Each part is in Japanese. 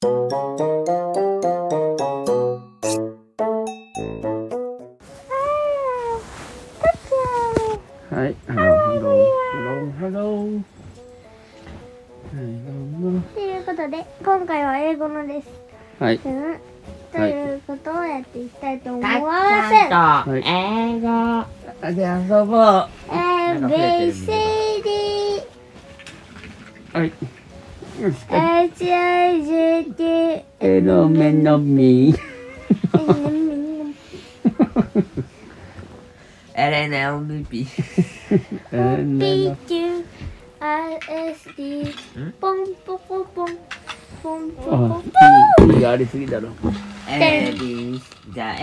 はい、ハロー。 ということで、今回は英語のレッスはい。 ンということをやっていきたいと思いたっます。 ちゃんと英語で遊ぼう。 ABCD はい。 HIJK エロメのミ。 LNLBP PQ RSD ポンポコポンポンポコあ、P がありすぎだろ。 LB じゃあ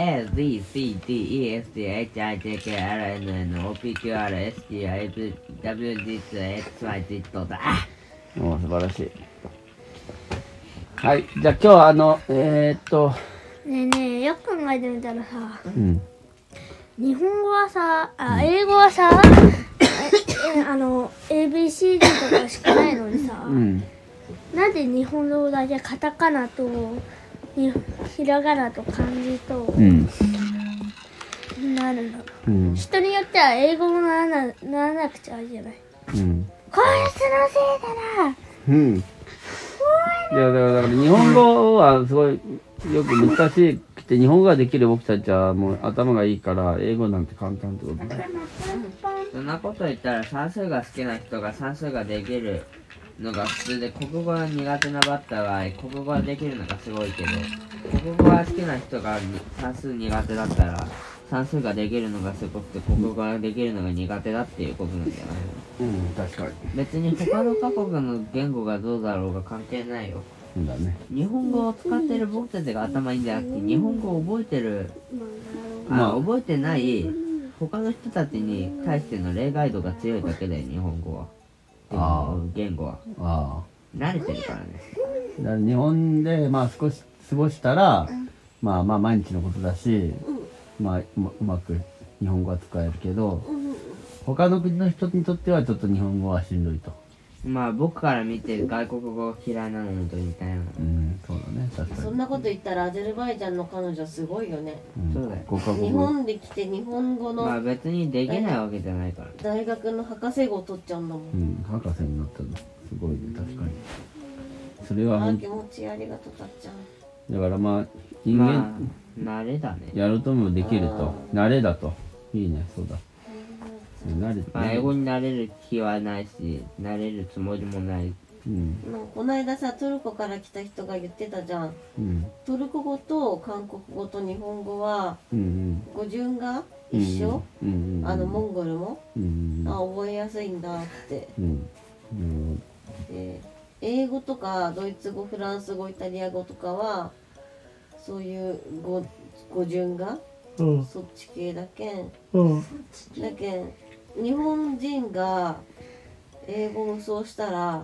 LBCDEFGHIJKLNNOPQRSTIWD2XYZ だ。 おー、素晴らしい。はい、じゃあ今日はねえねえ、よく考えてみたらさ、 うん日本語はさ、英語はさ、ABCD とかしかないのにさ、 うんなんで日本語だけカタカナとひらがなと漢字とうんなるの。 うん人によっては英語もならなくちゃいけない。 うんこいつのせいだな。 うんいやだから日本語はすごいよく難しくて、日本語ができる僕たちはもう頭がいいから英語なんて簡単ってことね。 そんなこと言ったら算数が好きな人が算数ができるのが普通で、国語が苦手なバッターは国語ができるのがすごいけど、国語が好きな人が算数苦手だったら算数ができるのがすごくて国語ができるのが苦手だっていうことなんじゃないの。 うん、確かに。 別に他の各国の言語がどうだろうが関係ないよ。 そうだね。 日本語を使ってる僕たちが頭いいんじゃなくて、日本語を覚えてる覚えてない他の人たちに対しての例外度が強いだけで、日本語は言語はあ慣れてるからね。 あ。だから日本でまあ少し過ごしたら、まあ毎日のことだし、まあうまく日本語は使えるけど、他の国の人にとってはちょっと日本語はしんどいと。 まあ僕から見て外国語嫌いなのと似たような。 うん、そうだね、確かに。 そんなこと言ったらアゼルバイジャンの彼女すごいよね。 うん、 そうだよ。 5カ国日本で来て日本語まあの別にできないわけじゃないから。 大学の博士号取っちゃうんだもん。 うん、博士になったのすごいね、確かに。それは気持ちいい、ありがとうたっちゃん。 だからまあ人間、 まあ慣れだね。 やるともできると、慣れだと。いいね、そうだ。慣れて、 まあ英語になれる気はないし、なれるつもりもない。 うんこの間さ、トルコから来た人が言ってたじゃん。 うんトルコ語と韓国語と日本語はうん語順が一緒、 うんうんモンゴルも、 うん覚えやすいんだって。 うんで英語とかドイツ語、フランス語、イタリア語とかはそういう語順が、そっち系だけん、だけん日本人が英語をそうしたら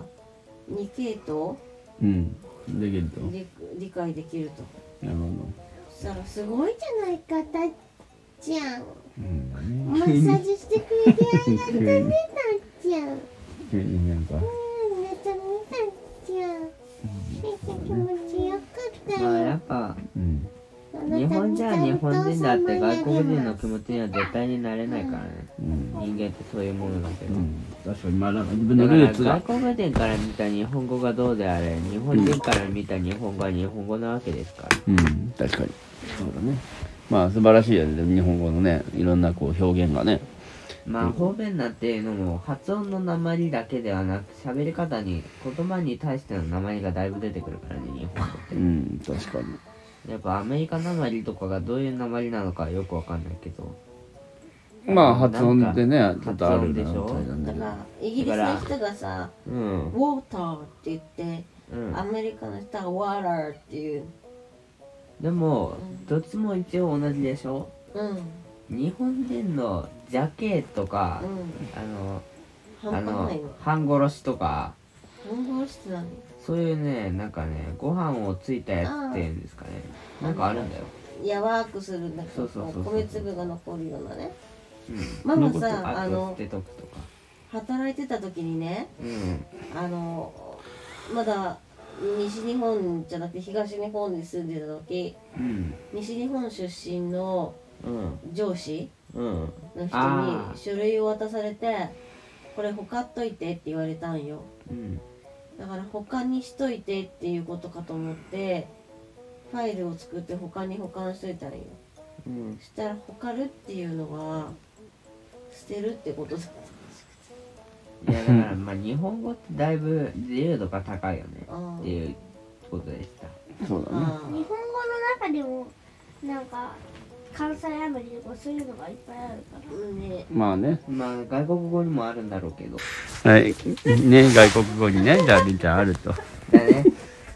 2系統うんできると。 理解できると。 なるほど。 そしたらすごいじゃないか、たっちゃん。 うんだね。 マッサージしてくれてありがとうね、たっちゃん。 急になんかめちゃめちゃ気持ちよかったまあよ。 やっぱうん日本人は日本人だって外国人の気持ちには絶対になれないからね。 うん人間ってそういうものだけど。 確かにまあなんか自分のだからルーツが外国人から見た日本語がどうであれ、日本人から見た日本語は日本語なわけですから。 うん確かにそうだね。まあ素晴らしいよね、日本語のね、いろんなこう表現がね。 まあ方言なんていうのも発音の訛りだけではなく、喋り方に言葉に対しての訛りがだいぶ出てくるからね、日本語って。 うん確かに。 やっぱアメリカ訛りとかがどういう訛りなのかよくわかんないけど、 まあ発音でねなんかちょっとあるな発音でしょみたいなんだけど。 だからイギリスの人がさ、 うんウォーターって言って、 うんアメリカの人はワーターっていう。 でもどっちも一応同じでしょ。 うん日本人のジャケとか、 半端ないの。 半殺しとか、 半殺しって何？ そういうね、なんかね、ご飯をついたやつっていうんですかね、なんかあるんだよ。 やわくするんだけど、 そう米粒が残るようなね。 うん。 ママそんなさ、 あと捨てとくとか。 働いてた時にね、 うん。 まだ西日本じゃなくて東日本に住んでた時、西日本出身の上司の人に書類を渡されて、これほかっといてって言われたんよ。だから他にしといてっていうことかと思ってファイルを作って他に保管しといたんよ。そしたらほかるっていうのは捨てるってことだった。 いやだからまあ日本語ってだいぶ自由度が高いよねっていうことでした。 そうだね。 日本語の中でもなんか関西アメリとかそういうのがいっぱいあるからね。 まあね。 まあ外国語にもあるんだろうけど。 はいね、外国語にね、じゃありんちゃんあると。 だね。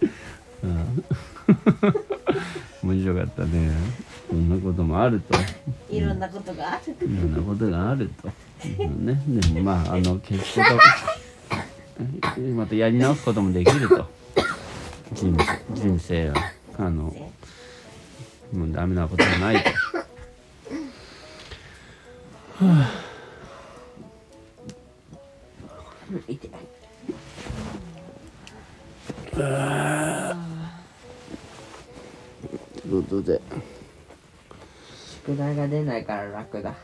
面白かったね。そんなこともあると。 いろんなことがある。 いろんなことがあると。ね、でもまあ決してとまたやり直すこともできると。人生はもうダメなことはないと。 痛い。 ということで、 宿題が出ないから楽だ。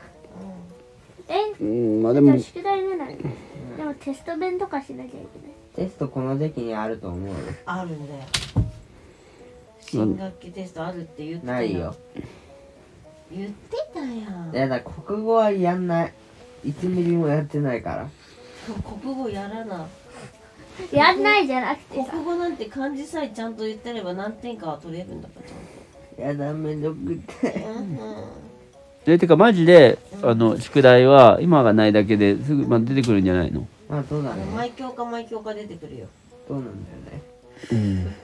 まあでも宿題出ない。でもテスト勉とかしなきゃいけない。 テストこの時期にあると思うよ。 あるんだよ。新学期テストあるって言ってたないよ。 言ってたやん。 やだ、国語はやんない。1ミリもやってないから。 国語やらな。 やんないじゃなくてさ。 国語なんて漢字さえちゃんと言ってれば何点かは取れるんだからちゃんと。 やだ、めんどくて。 てかマジで宿題は今がないだけですぐ、出てくるんじゃないの？ まあそうだね。 毎教科出てくるよ。 そうなんだよね。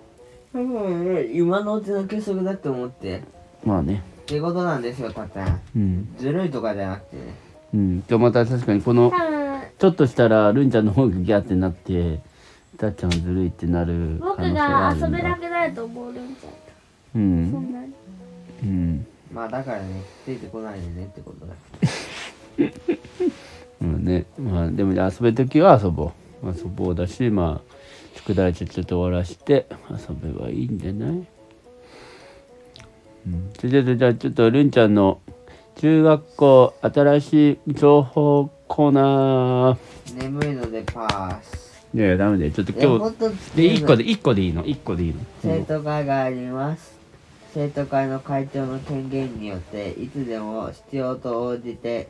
今のうちの計測だって思って。 まあね。 ってことなんですよ、たっちゃん。ずるいとかじゃなくてね。 でまた確かにこのちょっとしたらルンちゃんの方がギャーってなってたっちゃんはずるいってなる僕可能性があるんだ。 が遊べなくなると思うルンちゃんと。そんなに。 まあだからね、ついてこないでねってことだ。 ね、まあでも遊べるときは遊ぼうだし、まあ宿題ちょっと終わらして遊べばいいんじゃない？じゃあちょっとルンちゃんの中学校新しい情報コーナー。 眠いのでパース。 いやダメだよ、ちょっと今日で1個でいいの。 生徒会があります。生徒会の会長の権限によっていつでも必要と応じて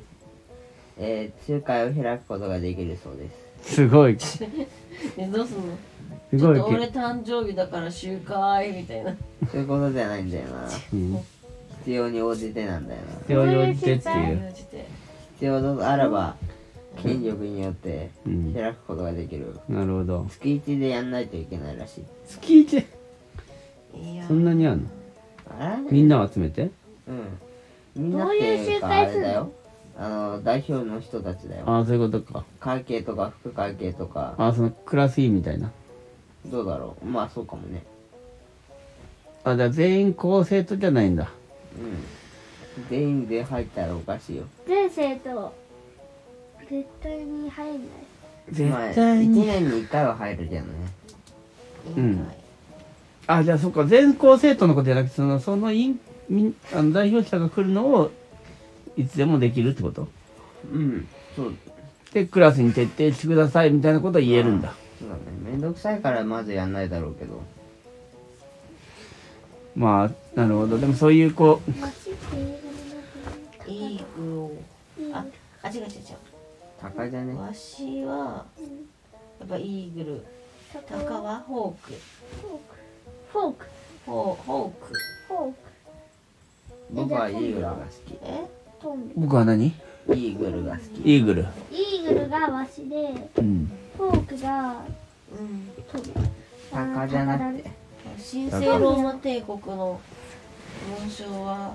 集会を開くことができるそうです。 すごい。 どうすんの？ すごい。 ちょっと俺誕生日だから集会みたいな。 そういうことじゃないんだよな。必要に応じてなんだよな。 必要に応じてっていう。 必要とあらば権力によって開くことができる。 なるほど。 月1でやんないといけないらしい。 月 1？ そんなにあるの？みんなを集めて？ みんなっていうかあれだよ。代表の人たちだよ。 ああ、そういうことか。 会計とか副会計とか。 そのクラス委員みたいな。 どうだろう。まあそうかもね。 じゃあ全員公生徒じゃないんだ。 全員で入ったらおかしいよ。 全生徒絶対に入んない。 絶対に1年に1回は入るけどね。 じゃあそっか、全校生徒のことじゃなくてその代表者が来るのをいつでもできるってこと？ そうでクラスに徹底してくださいみたいなことは言えるんだ。 そうだね。めんどくさいからまずやんないだろうけど。 まあなるほど。でもそういうこうイーグを違う高いだね。 わしはやっぱイーグル。タカはホーク。 フォーク。 僕はイーグルが好き。 僕は何？ イーグルが好き。 イーグル。 イーグルがわしで、フォークがトビ。 タカじゃなくて。 神聖ローマ帝国の紋章は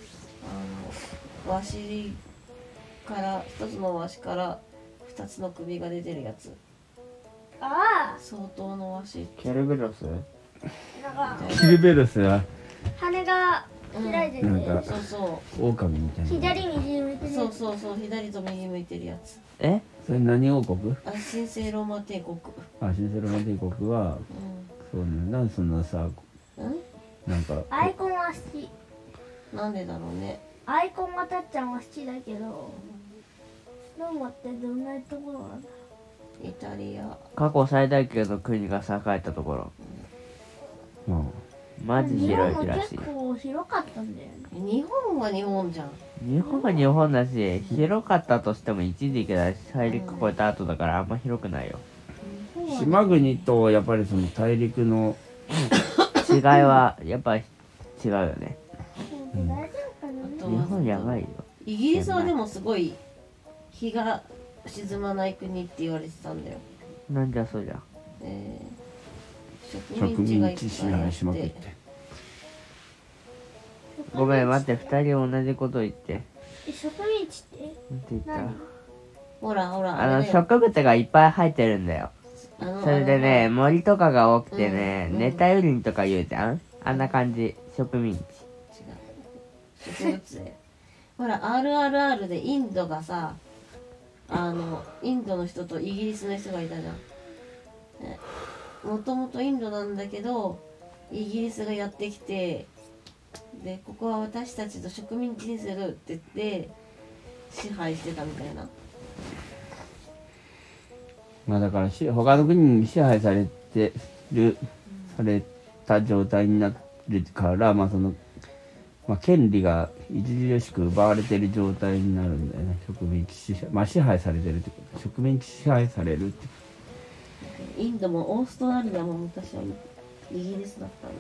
わしから一つのわしから二つの首が出てるやつ。相当のわし。 ケルベロス？ なんかキルベロスは羽が開いてなんかる。 そうそ狼みたいな。 左右向いてうる。 そうそうそう、左と右向いてるやつ。 えそれ何王国？ あ、神聖ローマ帝国。 あ、神聖ローマ帝国は、そうね。なんでそんなさ、 うんなんか、 アイコンは好き。 なんでだろうね。 アイコンがたっちゃんは好きだけど、ローマってどんなところなんだろイタリア。 過去最大級の国が栄えたところ。 まマジう。日広本もいらしい結。構広かったんだよね。 日本は日本じゃん。 日本は日本だし、広かったとしても一時期だし、大陸越えた後だからあんま広くないよ。 あ、島国とやっぱりその大陸の、 違いはやっぱ違うよね。 大丈夫かな。 あと日本やばいよ。 イギリスはでもすごい日が沈まない国って言われてたんだよ。 なんじゃそりゃ。 植民地支配しまくって。 ごめん待って、二人同じこと言って。 植民地ってなんて言った何？ ほらほら、 あのれだよ植物がいっぱい生えてるんだよ。それでね、 あの森とかが多くてね、 うん熱帯雨林とか言うじゃん。あんな感じ、植民地。 違う植物でほら RRR でインドがさ、インドの人とイギリスの人がいたじゃん。もともとインドなんだけどイギリスがやってきて、でここは私たちと植民地にするって言って支配してたみたいな。 まあだから他の国に支配された状態になるから、まあその、まあ、権利が著しく奪われてる状態になるんだよね。植民地支配、まあ支配されてるってこと。植民地支配されるって。 インドもオーストラリアも昔はイギリスだったの。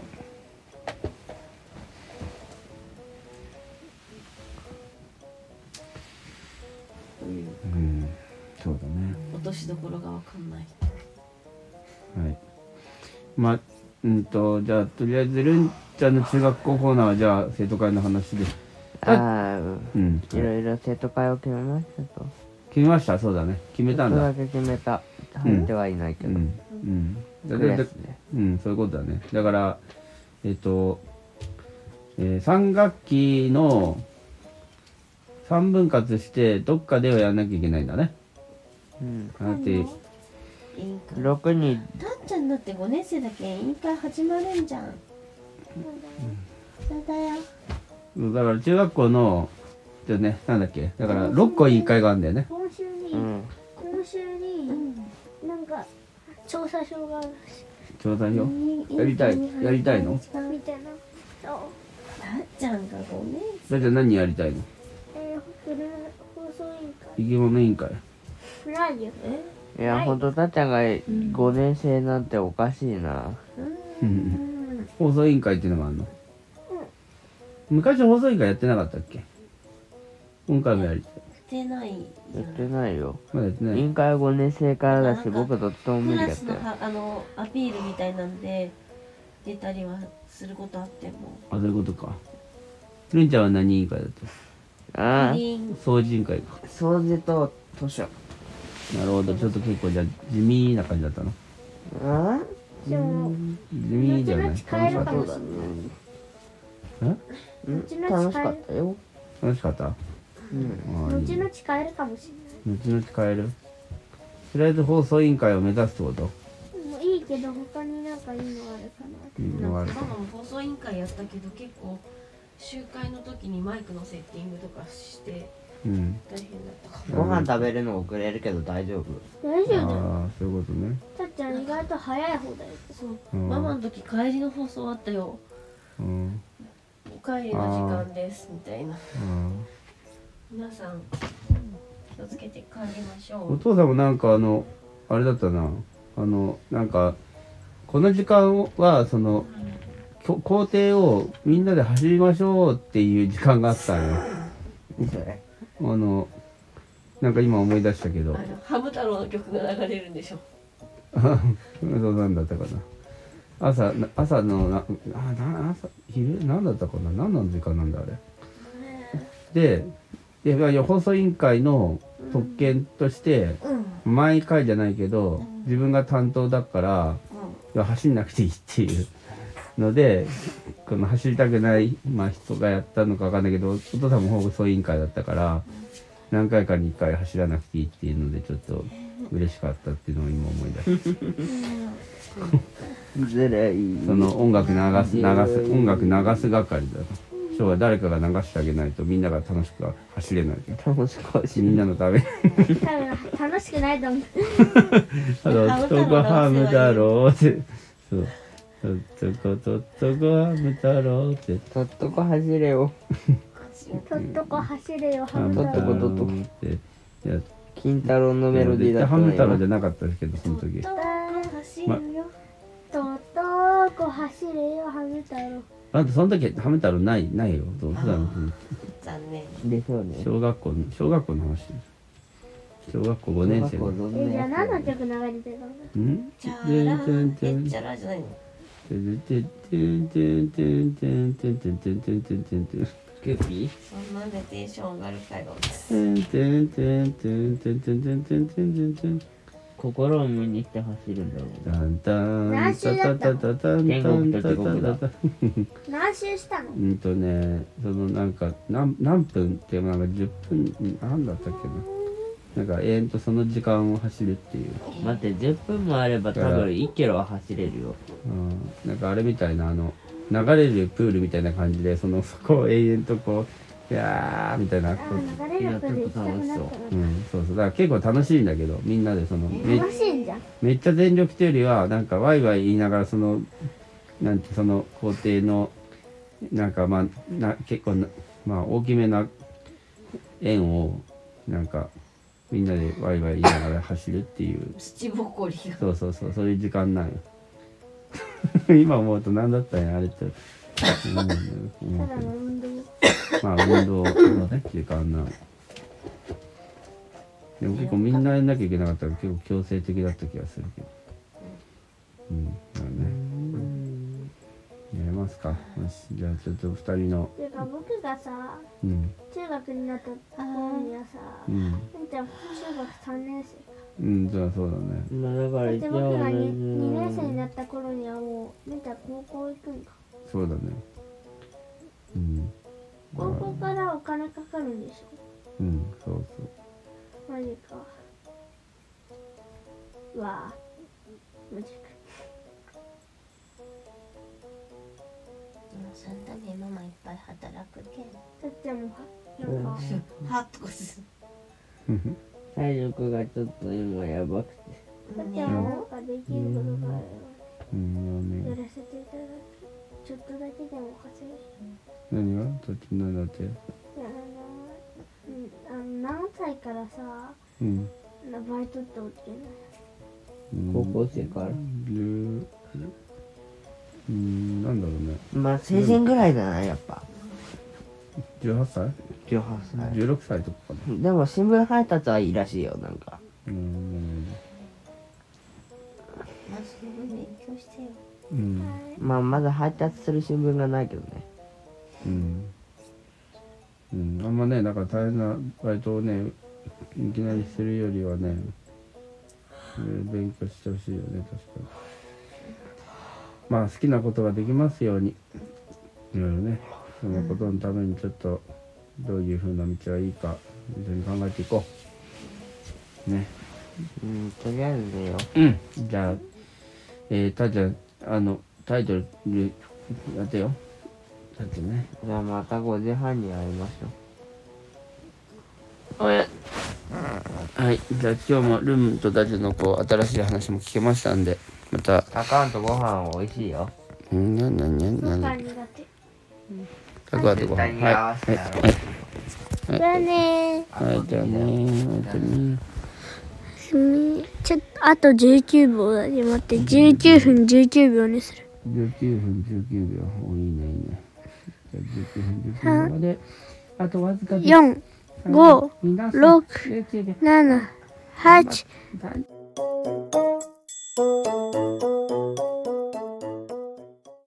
うん、そうだね。 落としどころがわかんない。 はい。まあ、じゃあとりあえずルンちゃんの中学校コーナーはじゃあ生徒会の話で。 ああ、 うん。 いろいろ生徒会を決めましたと。 決めました。そうだね。決めたんだ。 ちょっとだけ決めた。入ってはいないけど。 うん。うん。 クラスで。 うん、そういうことだね。だから、3学期の3分割してどっかではやんなきゃいけないんだね。 うん。 だって、 委員会。 6人、 たっちゃんだって5年生だけ委員会始まるんじゃん。 そうだよ。 だから中学校の、じゃあね、なんだっけ。だから6個委員会があるんだよね。 今週に、 うん。 今週に、なんか調査書があるし調査票やりたいの？ みたいな。そう。 たっちゃんが5年それじゃあ何やりたいの？ 放送委員会。 生き物委員会。 ないよ。 いや、ほんと、たっちゃんが5年生なんておかしいな。 うん放送委員会っていうのがあるの？昔放送委員会やってなかったっけ？今回もやりたい。 してないやってないよ。 まだやってない。 委員会は5年生からだし、僕どっちとも無クラ理だったよ。 スのアピールみたいなんで出たりはすることあってもあ、そういうことか。ルンちゃんは何委員会だったああ、 掃除委員会か。 掃除と図書。 なるほど。ちょっと結構じゃあ地味な感じだったの？ あでも、 地味じゃない。 後々変えるかもしれない。 え？ 楽しかったよ。 楽しかった？ うん。 ああいい後々変えるかもしれない。 後々変える？とりあえず放送委員会を目指すってこと？ もういいけど他になんかいいのあるかな。 いいのがあるママも放送委員会やったけど結構集会の時にマイクのセッティングとかしてうん。 大変だったかも。 ご飯食べるの遅れるけど大丈夫。 大丈夫だよ。 ああ、そういうことね。 たっちゃん意外と早い方だよ。 そう、 うんママの時帰りの放送あったよ。 うん。 お帰りの時間ですみたいな。 うん皆さん気をつけて帰りましょおう。 父さんもなんかあれだったな。なんか、この時間は、校庭をみんなで走りましょうっていう時間があったのよ。 それ。 なんか今思い出したけど。 ハム太郎の曲が流れるんでしょ。 そうなんだったかな。朝の昼なんだったかな。何の時間なんだあれ。で、放送委員会の特権として、毎回じゃないけど、自分が担当だから、いや走んなくていいっていう。 のでこの走りたくない、まあ、人がやったのかわかんないけど、お父さんも放送委員会だったから何回かに1回走らなくていいっていうのでちょっと嬉しかったっていうのを今思い出して。 ずるい。 その音楽流す係だ。今日は誰かが流してあげないとみんなが楽しく走れない。 楽しく走みんなのために。 多分楽しくないと思う。 とこハム太郎って。そう。とっとこハム太郎って。 とっとこ走れよ。 とっとこ走れよ、ハムとっとこ太郎。 とっとこ。 ってやっ金太郎のメロディーだったハム太郎よ。 じゃなかったですけどその時。 走るよ。とっとこ走れよ、ハム太郎。 あとその時ハム太郎ないよ。普段残念。 でしょうね。 小学校の話です。小学校5年生の。 じゃあ何の曲流れてたの？ うん？ チャラチャラじゃないの？ キューピー？ そんなんでテンション上がるかよ。 心を無にして走るんだろう。 何周だったの？ 天国と地獄だ。 何周したの？ そのなんか何分っていうなんか10分なんだったっけな。なんか延々とその時間を走るっていう。 待って、10分もあれば多分1キロは走れるよ。 なんかあれみたいな流れるプールみたいな感じでそこを永遠とこういやーみたいな。 流れるプール行きたくなったの。 そうだから結構楽しいんだけどみんなで楽しいんじゃん。 めっちゃ全力っていうよりはなんかワイワイ言いながらなんてその校庭のなんか結構大きめな円をなんかみんなでワイワイ言いながら走るっていう土ぼこりが。 そういう時間なんよ。今思うと何だったんやあれって。 ただの運動。 運動のね時間なん。でも結構みんなやんなきゃいけなかったら結構強制的だった気がするけど。だね。やりますか。よし、じゃあちょっと2人の。 ていうか僕がさ、中学になった頃にはさ、みんちゃん中学3年生か。 そうだね。 まあだからで一応僕が 2年生になった頃にはもうみんちゃん高校行くんか。 そうだね。 高校からお金かかるんでしょ。 そうマジか。うわぁ、マジか。 そんなにママいっぱい働くけん。 たっちゃんもなんか、 ハッとすそう。 体力がちょっと今やばくて。 たっちゃんもなんかできることがあればやらせていただき、ちょっとだけでも稼ぐ。 何が？どっちなんだって？ いや何歳からさ、バイトっておってんの？ 高校生から。 なんだろうね。 まあ成人ぐらいじゃないやっぱ。 18歳 18歳。 16歳とかかな。 でも新聞配達はいいらしいよなんか。 まず勉強してよ。 まあまだ配達する新聞がないけどね。 あんまね、だから大変なバイトをね、いきなりするよりはね、勉強してほしいよね、確かに。まあ好きなことができますように、いろいろね、そのことのためにちょっとどういう風な道がいいか一緒に考えていこう。ね。 とりあえずよ。 じゃあ、たっちゃん、タイトルやってよ。だってね。 じゃあまた5時半に会いましょう。 はい、じゃあ今日もルームとダジの新しい話も聞けましたんで、また。 アカウントご飯美味しいよ。 僕は苦手。 タカとご飯。じゃあねー。じゃあね。 ちょっとあと19秒だね。待って、19分19秒にする。 19分19秒。いいねいいね。じゃあ19分19秒まで。あとわずかで。 4、5、6、7、8。